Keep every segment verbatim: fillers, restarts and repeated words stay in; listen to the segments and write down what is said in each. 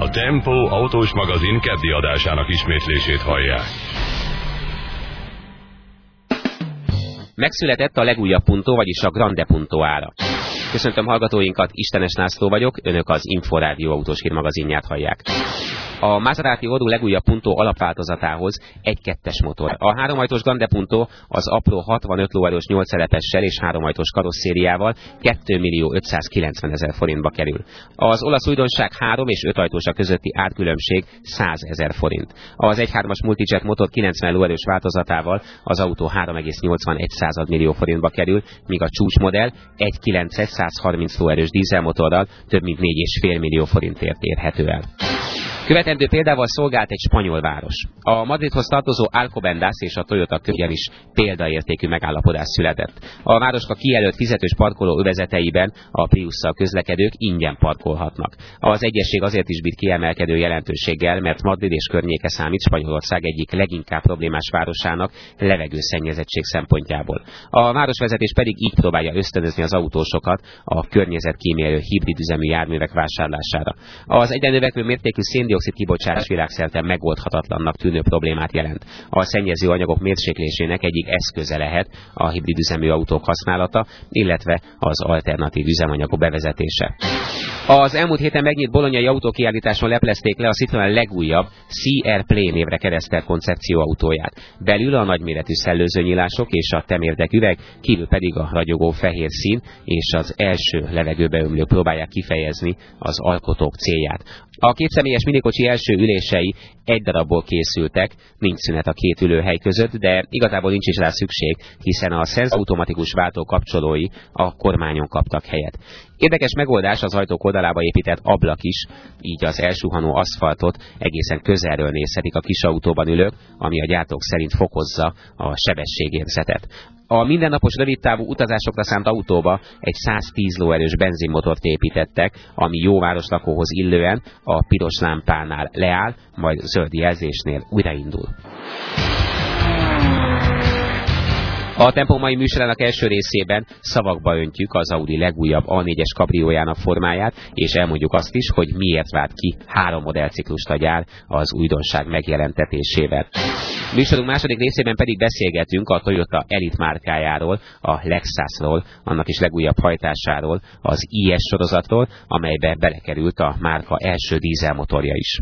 A Tempo autós magazin keddi adásának ismétlését hallják. Megszületett a legújabb Punto, vagyis a Grande Punto ára. Köszöntöm hallgatóinkat, Istenes László vagyok, önök az Inforádió autós hírmagazinját hallják. A Maserati Oru legújabb Punto alapváltozatához egy kettes motor. A háromajtós Grande Punto az apró hatvanöt lóerős nyolc szelepessel és háromajtós karosszériával kétmillió ötszázkilencvenezer forintba kerül. Az olasz újdonság három és öt ajtósa közötti árkülönbség százezer forint. Az egy hármas Multijet motor kilencven lóerős változatával az autó három egész nyolcvanegy millió forintba kerül, míg a csúcsmodell egy kilences százharminc lóerős dízelmotorral több mint négy egész öt millió forintért érhető el. Követendő példával szolgált egy spanyol város. A Madridhoz tartozó Alcobendas és a Toyota között is példaértékű megállapodás született. A városka kijelölt fizetős parkoló övezeteiben a Priusszal közlekedők ingyen parkolhatnak. Az egyesség azért is bír kiemelkedő jelentőséggel, mert Madrid és környéke számít Spanyolország egyik leginkább problémás városának levegőszennyezettség szempontjából. A városvezetés pedig így próbálja ösztönözni az autósokat a környezetkímélő hibrid üzemű járművek vásárlására. Az egyre növekvő mértékű széndioxid kibocsátás világszerte megoldhatatlannak tűnő problémát jelent. A szennyező anyagok mérséklésének egyik eszköze lehet a hibrid üzemű autók használata, illetve az alternatív üzemanyagok bevezetése. Az elmúlt héten megnyílt bolonyai autókiállításon leplezték le a Citroën legújabb C R Play névre keresztelt koncepcióautóját. Belül a nagyméretű szellőzőnyílások és a temérdek üveg, kívül pedig a ragyogó fehér szín és az első levegőbe ömlő próbálják kifejezni az alkotók célját. A kétszemélyes minikocsi első ülései egy darabból készültek, nincs szünet a két ülőhely között, de igazából nincs is rá szükség, hiszen a szenszautomatikus váltó kapcsolói a kormányon kaptak helyet. Érdekes megoldás az ajtók oldalába épített ablak is, így az elsuhanó aszfaltot egészen közelről nézhetik a kis autóban ülők, ami a gyártók szerint fokozza a sebességérzetet. A mindennapos rövidtávú utazásokra szánt autóba egy száztíz lóerős benzinmotort építettek, ami jó városlakóhoz illően a piros lámpánál leáll, majd zöld jelzésnél újraindul. A Tempo mai műsorának első részében szavakba öntjük az Audi legújabb A négyes kabriójának formáját, és elmondjuk azt is, hogy miért várt ki három modellciklust a gyár az újdonság megjelentetésével. Műsorunk második részében pedig beszélgetünk a Toyota Elite márkájáról, a Lexusról, annak is legújabb hajtásáról, az i es sorozatról, amelybe belekerült a márka első dízelmotorja is.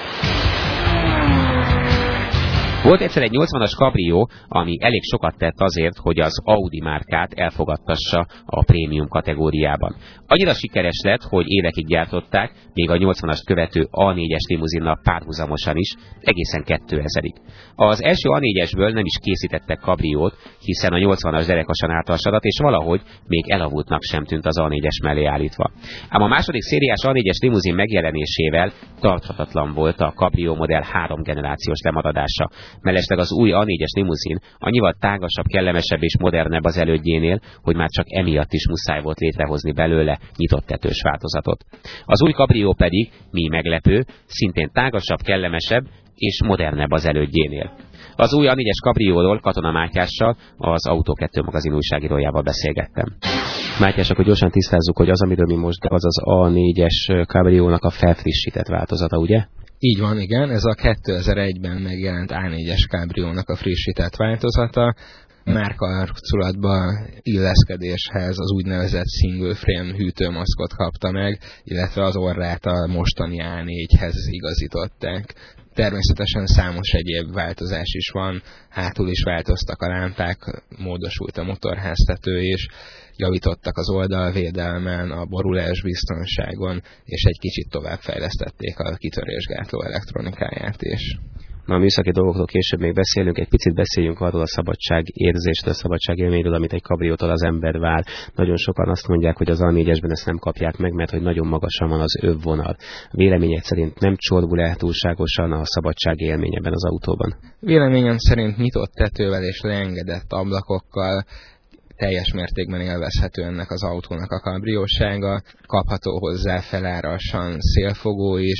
Volt egyszer egy nyolcvanas kabrió, ami elég sokat tett azért, hogy az Audi márkát elfogadtassa a prémium kategóriában. Annyira sikeres lett, hogy évekig gyártották, még a nyolcvanast követő A négyes limuzinnal párhuzamosan is, egészen kétezerig. Az első A négyesből nem is készítettek kabriót, hiszen a nyolcvanas derekasan átalasadat, és valahogy még elavultnak sem tűnt az A négyes mellé állítva. Ám a második szériás A négyes limuzin megjelenésével tarthatatlan volt a kabrió modell három generációs lemaradása. Mellesleg az új A négyes limuzin annyival tágasabb, kellemesebb és modernebb az elődjénél, hogy már csak emiatt is muszáj volt létrehozni belőle nyitott tetős változatot. Az új kabrió pedig, mi meglepő, szintén tágasabb, kellemesebb és modernebb az elődjénél. Az új A négyes kabrióról Katona Mátyással, az Autó kettő magazin újságírójával beszélgettem. Mátyás, akkor gyorsan tisztázzuk, hogy az, amiről mi most, az az A négyes kabriónak a felfrissített változata, ugye? Így van, igen, ez a kétezer-egyben megjelent A négyes kabriónak a frissített változata. Márkaarculatba illeszkedéshez az úgynevezett single frame hűtőmaszkot kapta meg, illetve az orrát a mostani A négyhez igazították. Természetesen számos egyéb változás is van, hátul is változtak a lámpák, módosult a motorháztető is, javítottak az oldalvédelmen, a borulás biztonságon, és egy kicsit továbbfejlesztették a kitörésgátló elektronikáját is. Na, a műszaki dolgokról később még beszélünk, egy picit beszéljünk arról a szabadságérzésről, a szabadságélményről, amit egy kabriótól az ember vár. Nagyon sokan azt mondják, hogy az A négyesben ezt nem kapják meg, mert hogy nagyon magasan van az övvonal. Véleményed szerint nem csorbul el túlságosan a szabadságélmény ebben az autóban? Véleményem szerint nyitott tetővel és leengedett ablakokkal teljes mértékben élvezhető ennek az autónak a kabriósága, kapható hozzá felárasan szélfogó is,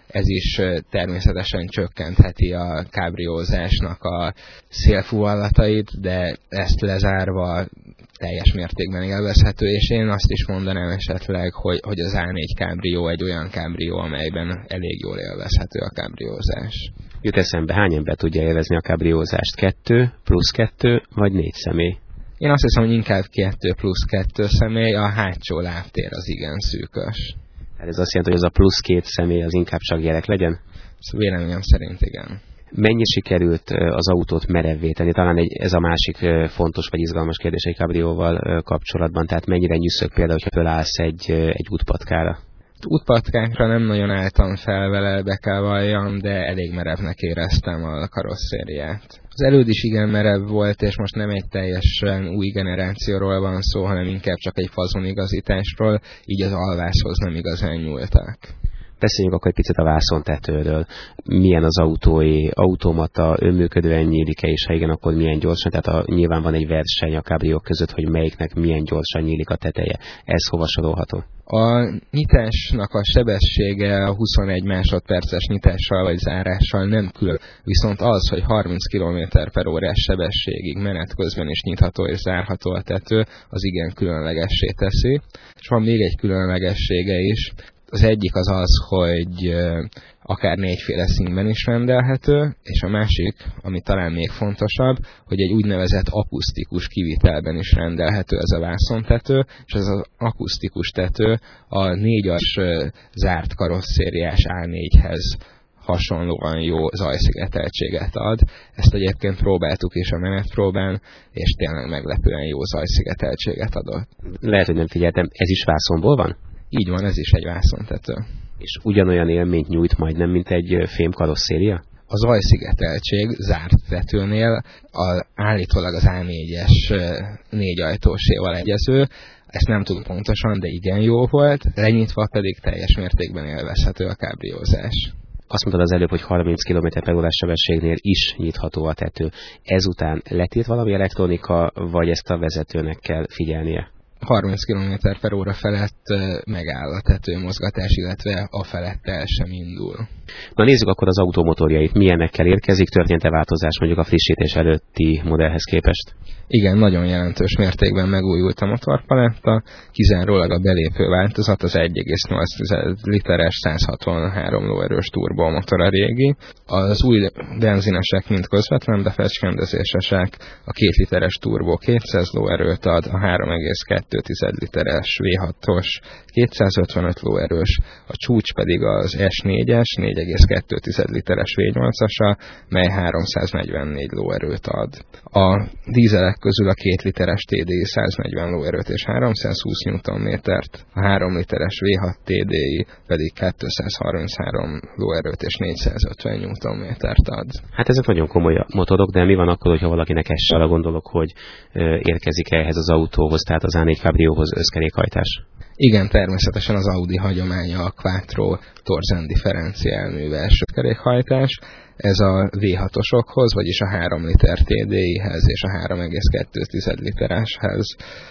ez is természetesen csökkentheti a kábriózásnak a szélfúvallatait, de ezt lezárva teljes mértékben élvezhető, és én azt is mondanám esetleg, hogy, hogy az á négy kábrió egy olyan kábrió, amelyben elég jól élvezhető a kábriózás. Jut eszembe, hány ember tudja élvezni a kábriózást? Kettő, plusz kettő, vagy négy személy? Én azt hiszem, hogy inkább kettő plusz kettő személy, a hátsó lábtér az igen szűkös. Hát ez azt jelenti, hogy az a plusz két személy az inkább csak gyerek legyen? Véleményem szerint igen. Mennyi sikerült az autót merevvé tenni? Talán egy, ez a másik fontos vagy izgalmas kérdés egy kábrióval kapcsolatban. Tehát mennyire nyűszök például, hogyha fölállsz egy, egy útpatkára? Útpatkákra nem nagyon álltam fel vele, be kell valljam, de elég merevnek éreztem a karosszériát. Az előd is igen merev volt, és most nem egy teljesen új generációról van szó, hanem inkább csak egy fazonigazításról, így az alvászhoz nem igazán nyúltak. Beszéljünk akkor egy picit a vászontetőről. Milyen az autóé, automata, önműködően nyílik-e, és ha igen, akkor milyen gyorsan? Tehát a, nyilván van egy verseny a kábriók között, hogy melyiknek milyen gyorsan nyílik a teteje. Ez hova sorolható? A nyitásnak a sebessége a huszonegy másodperces nyitással vagy zárással nem külön. Viszont az, hogy harminc kilométer per órás sebességig menet közben is nyitható és zárható a tető, az igen különlegessé teszi. És van még egy különlegessége is. Az egyik az az, hogy akár négyféle színben is rendelhető, és a másik, ami talán még fontosabb, hogy egy úgynevezett akusztikus kivitelben is rendelhető ez a vászontető, és ez az akusztikus tető a négyas zárt karosszériás á négyhez hasonlóan jó zajszigeteltséget ad. Ezt egyébként próbáltuk is a menetpróbán, és tényleg meglepően jó zajszigeteltséget adott. Lehet, hogy nem figyeltem, ez is vászonból van? Így van, ez is egy vászontető. És ugyanolyan élményt nyújt majdnem, mint egy fém karosszéria? A zajszigeteltség zárt tetőnél a, állítólag az á négyes négyajtóséval egyező, ezt nem tudom pontosan, de igen jó volt, lenyitva pedig teljes mértékben élvezhető a kábriózás. Azt mondtad az előbb, hogy harminc kilométer per órás sebességnél is nyitható a tető. Ezután letilt valami elektronika, vagy ezt a vezetőnek kell figyelnie? harminc kilométer per óra felett megáll a tetőmozgatás, illetve a felett el sem indul. Na nézzük akkor az autó motorjait. Milyenekkel érkezik? Történt-e változás mondjuk a frissítés előtti modellhez képest? Igen, nagyon jelentős mértékben megújult a motorpaletta, kizárólag a belépő változat az egy egész nyolc literes száz hatvanhárom lóerős turbomotor a régi. Az új benzinesek mind közvetlen befecskendezésesek, a két literes turbo kétszáz lóerőt ad, a három egész kettő literes vé hatos kétszázötvenöt lóerős, a csúcs pedig az es négyes négy egész kettő literes vé nyolcasa, mely háromszáznegyvennégy lóerőt ad. A dízelek közül a két literes té dé i száznegyven lóerőt és háromszázhúsz newtonmétert, a három literes vé hat té dé i pedig kétszázharminchárom lóerőt és négyszázötven newtonmétert ad. Hát ezek nagyon komoly motorok, de mi van akkor, hogyha valakinek ezt arra gondolok, hogy érkezik ehhez az autóhoz, tehát az á négy kábrióhoz összkerékhajtás? Igen, természetesen az Audi hagyománya a Quattro torzen differenciálműves kerékhajtás. Ez a vé hatosokhoz, vagyis a három liter té dé i-hez és a három egész kettő litereshez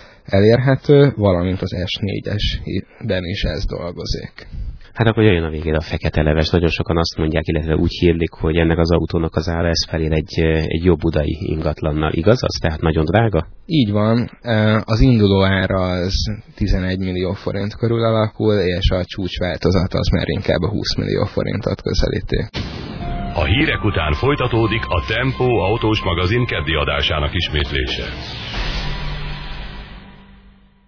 elérhető, valamint az es négyesben is ez dolgozik. Hát akkor jöjjön a végén a fekete leves. Nagyon sokan azt mondják, illetve úgy hírlik, hogy ennek az autónak az ára ez felér egy, egy jobb budai ingatlannal. Igaz az? Tehát nagyon drága? Így van. Az induló ára az tizenegy millió forint körül alakul, és a csúcsváltozat az már inkább a húsz millió forintot közelíti. A hírek után folytatódik a Tempó autós magazin keddi adásának ismétlése.